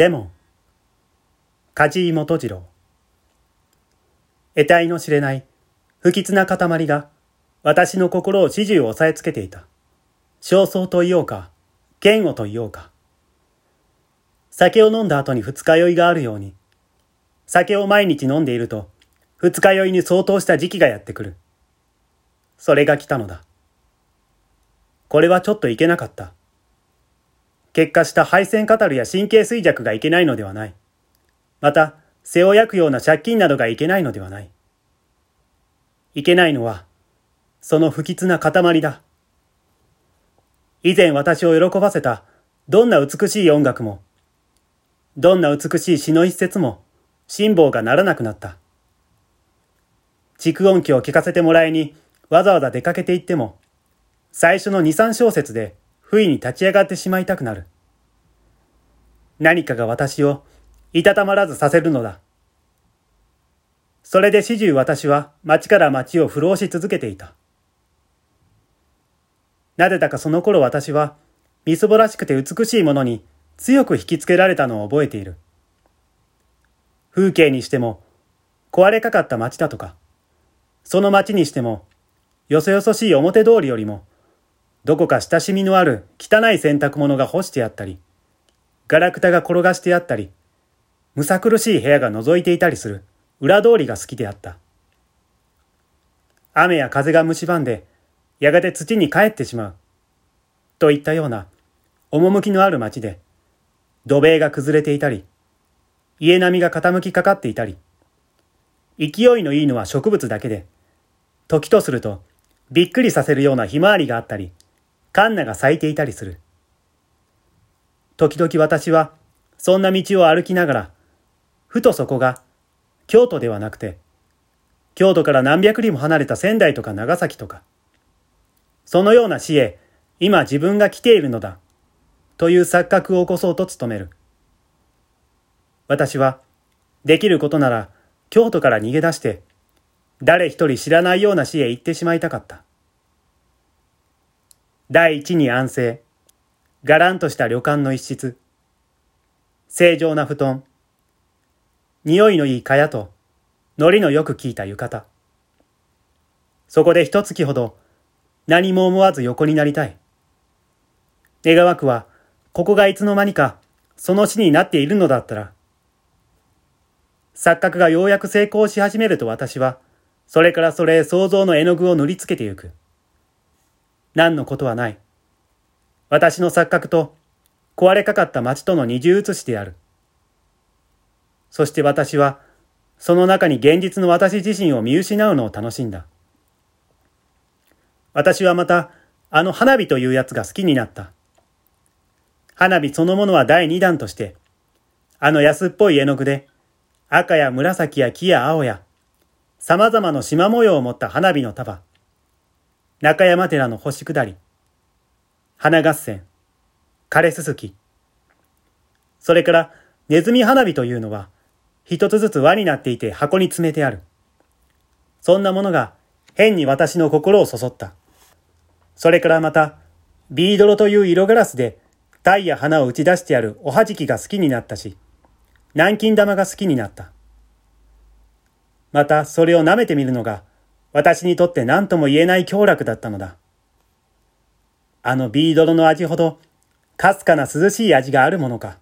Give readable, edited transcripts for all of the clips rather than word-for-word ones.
レモン、梶井元次郎。得体の知れない不吉な塊が私の心を始終押さえつけていた。焦燥と言おうか、嫌悪と言おうか。酒を飲んだ後に二日酔いがあるように、酒を毎日飲んでいると二日酔いに相当した時期がやってくる。それが来たのだ。これはちょっといけなかった。結果した配線カタルや神経衰弱がいけないのではない。また、背を焼くような借金などがいけないのではない。いけないのは、その不吉な塊だ。以前私を喜ばせた、どんな美しい音楽も、どんな美しい詩の一節も、辛抱がならなくなった。蓄音機を聞かせてもらいに、わざわざ出かけて行っても、最初の2、3小節で、不意に立ち上がってしまいたくなる。何かが私をいたたまらずさせるのだ。それで始終私は町から町を不老し続けていた。なぜだかその頃私はみすぼらしくて美しいものに強く引きつけられたのを覚えている。風景にしても壊れかかった町だとか、その町にしてもよそよそしい表通りよりもどこか親しみのある汚い洗濯物が干してあったり、ガラクタが転がしてあったり、むさ苦しい部屋が覗いていたりする裏通りが好きであった。雨や風が蝕んで、やがて土に帰ってしまう。といったような、趣のある町で、土塀が崩れていたり、家並みが傾きかかっていたり、勢いのいいのは植物だけで、時とすると、びっくりさせるようなひまわりがあったり、カンナが咲いていたりする。時々私は、そんな道を歩きながら、ふとそこが、京都ではなくて、京都から何百里も離れた仙台とか長崎とか、そのような市へ、今自分が来ているのだ、という錯覚を起こそうと努める。私は、できることなら、京都から逃げ出して、誰一人知らないような市へ行ってしまいたかった。第一に安静、がらんとした旅館の一室、正常な布団、匂いのいい蚊帳と、糊のよく効いた浴衣。そこで一月ほど、何も思わず横になりたい。願わくは、ここがいつの間にか、その死になっているのだったら。錯覚がようやく成功し始めると私は、それからそれへ想像の絵の具を塗りつけてゆく。何のことはない。私の錯覚と、壊れかかった町との二重写しである。そして私は、その中に現実の私自身を見失うのを楽しんだ。私はまた、あの花火というやつが好きになった。花火そのものは第二弾として、あの安っぽい絵の具で、赤や紫や黄や青や、様々な縞模様を持った花火の束、中山寺の星下り、花合戦、枯れすすき、それからネズミ花火というのは、一つずつ輪になっていて箱に詰めてある。そんなものが変に私の心をそそった。それからまた、ビードロという色ガラスで鯛や花を打ち出してあるおはじきが好きになったし、南京玉が好きになった。またそれを舐めてみるのが私にとって何とも言えない享楽だったのだ。あのビードロの味ほどかすかな涼しい味があるものか。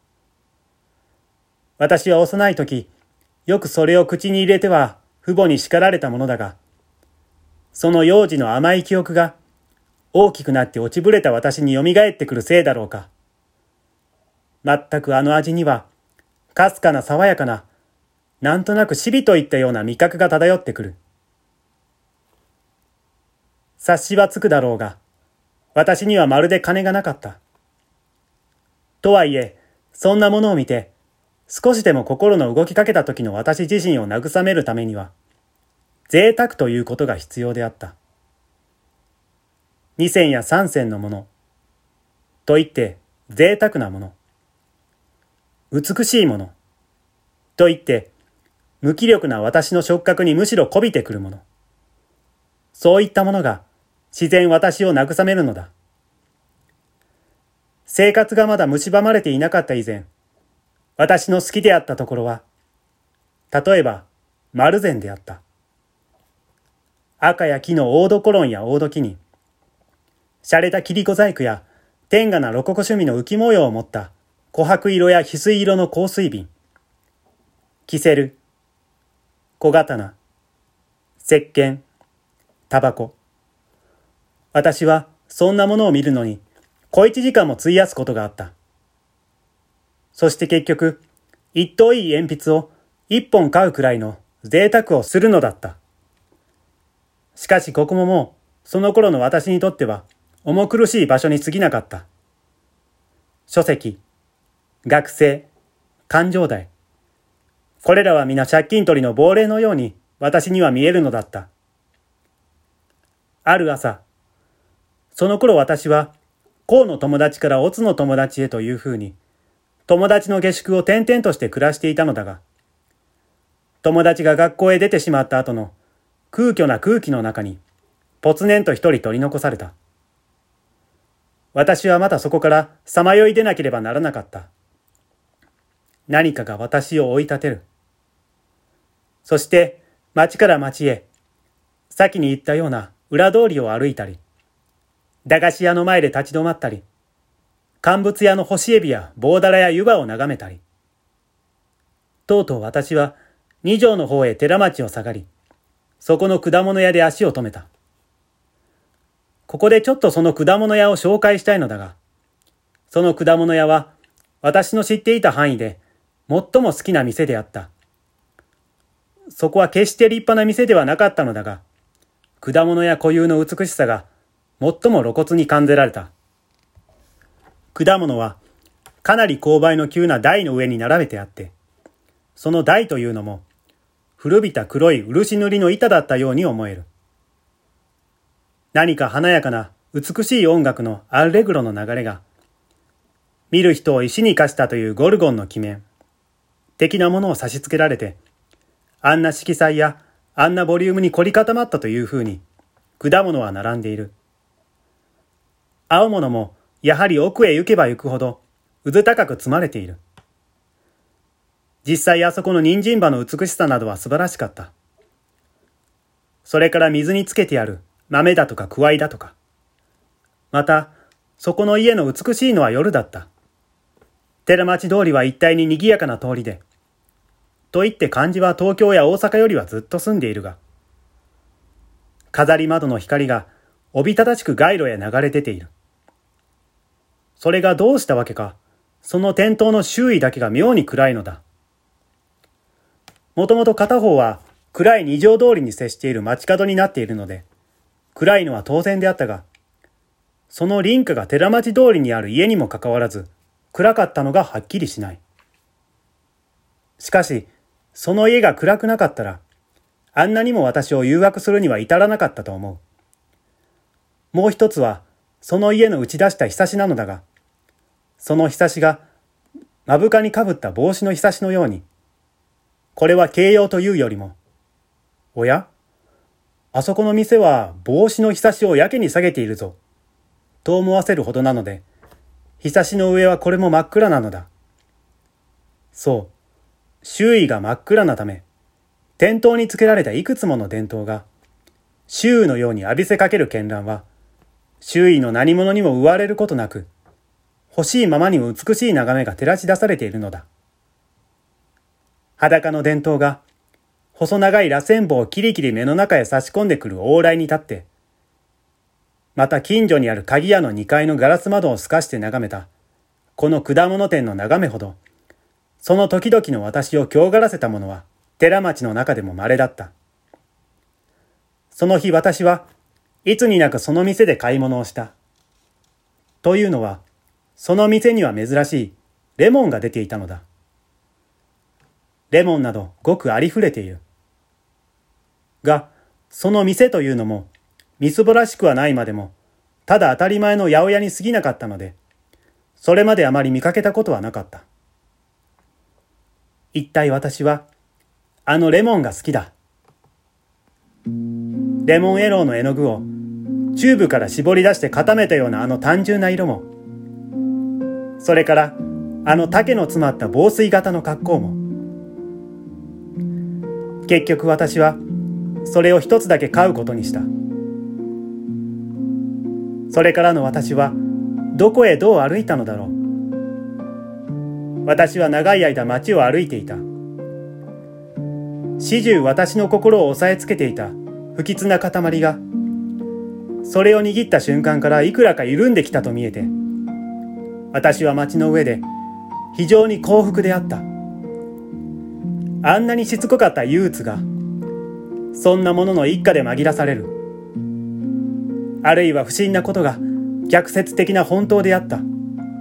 私は幼い時、よくそれを口に入れては父母に叱られたものだが、その幼児の甘い記憶が大きくなって落ちぶれた私に蘇ってくるせいだろうか。全くあの味には、かすかな爽やかな、なんとなくシビといったような味覚が漂ってくる。察しはつくだろうが、私にはまるで金がなかった。とはいえ、そんなものを見て、少しでも心の動きかけた時の私自身を慰めるためには、贅沢ということが必要であった。二銭や三銭のもの、と言って贅沢なもの。美しいもの、と言って無気力な私の触覚にむしろこびてくるもの。そういったものが自然私を慰めるのだ。生活がまだ蝕まれていなかった以前、 私の好きであったところは、例えば丸善であった。赤や木のオードコロンやオード木に、洒落た切子細工や天下なロココ趣味の浮模様を持った琥珀色や翡翠色の香水瓶、キセル、小刀、石鹸、タバコ。私はそんなものを見るのに小一時間も費やすことがあった。そして結局、一等いい鉛筆を一本買うくらいの贅沢をするのだった。しかしここももうその頃の私にとっては重苦しい場所に過ぎなかった。書籍、学生、勘定代。これらは皆借金取りの亡霊のように私には見えるのだった。ある朝、その頃私は、甲の友達から乙の友達へというふうに、友達の下宿を転々として暮らしていたのだが、友達が学校へ出てしまった後の空虚な空気の中に、ぽつねんと一人取り残された。私はまたそこからさまよい出なければならなかった。何かが私を追い立てる。そして町から町へ、先に言ったような裏通りを歩いたり、駄菓子屋の前で立ち止まったり、乾物屋の干しエビや棒だらや湯葉を眺めたり、とうとう私は二条の方へ寺町を下がり、そこの果物屋で足を止めた。ここでちょっとその果物屋を紹介したいのだが、その果物屋は私の知っていた範囲で最も好きな店であった。そこは決して立派な店ではなかったのだが、果物屋固有の美しさが最も露骨に感じられた。果物はかなり勾配の急な台の上に並べてあって、その台というのも古びた黒い漆塗りの板だったように思える。何か華やかな美しい音楽のアルレグロの流れが、見る人を石に化したというゴルゴンの鬼面的なものを差し付けられて、あんな色彩やあんなボリュームに凝り固まったというふうに果物は並んでいる。青物もやはり奥へ行けば行くほどうず高く積まれている。実際あそこの人参葉の美しさなどは素晴らしかった。それから水につけてある豆だとかくわいだとか。また、そこの家の美しいのは夜だった。寺町通りは一帯に賑やかな通りで、と言って漢字は東京や大阪よりはずっと住んでいるが、飾り窓の光がおびただしく街路へ流れ出ている。それがどうしたわけか、その店頭の周囲だけが妙に暗いのだ。もともと片方は暗い二条通りに接している街角になっているので、暗いのは当然であったが、その隣家が寺町通りにある家にもかかわらず、暗かったのがはっきりしない。しかし、その家が暗くなかったら、あんなにも私を誘惑するには至らなかったと思う。もう一つは、その家の打ち出したひさしなのだが、そのひさしが目深にかぶった帽子のひさしのように、これは形容というよりも、おや、あそこの店は帽子のひさしをやけに下げているぞ、と思わせるほどなので、ひさしの上はこれも真っ暗なのだ。そう、周囲が真っ暗なため、店頭につけられたいくつもの電灯が、周囲のように浴びせかける絢爛は、周囲の何者にも奪われることなく、欲しいままにも美しい眺めが照らし出されているのだ。裸の電灯が、細長い螺旋棒をキリキリ目の中へ差し込んでくる往来に立って、また近所にある鍵屋の2階のガラス窓を透かして眺めた、この果物店の眺めほど、その時々の私を興がらせたものは、寺町の中でも稀だった。その日私はいつになくその店で買い物をした。というのは、その店には珍しいレモンが出ていたのだ。レモンなどごくありふれている。が、その店というのも、みすぼらしくはないまでも、ただ当たり前の八百屋に過ぎなかったので、それまであまり見かけたことはなかった。一体私は、あのレモンが好きだ。レモンエローの絵の具を、チューブから絞り出して固めたようなあの単純な色も、それからあの丈の詰まった防水型の格好も。結局私はそれを一つだけ買うことにした。それからの私はどこへどう歩いたのだろう。私は長い間街を歩いていた。始終私の心を押さえつけていた不吉な塊が、それを握った瞬間からいくらか緩んできたと見えて、私は街の上で非常に幸福であった。あんなにしつこかった憂鬱が、そんなものの一家で紛らされる。あるいは不審なことが逆説的な本当であった。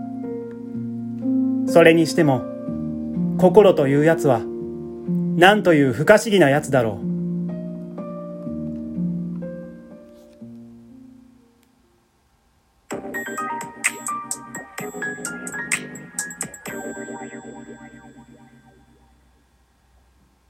それにしても、心というやつは、なんという不可思議なやつだろう。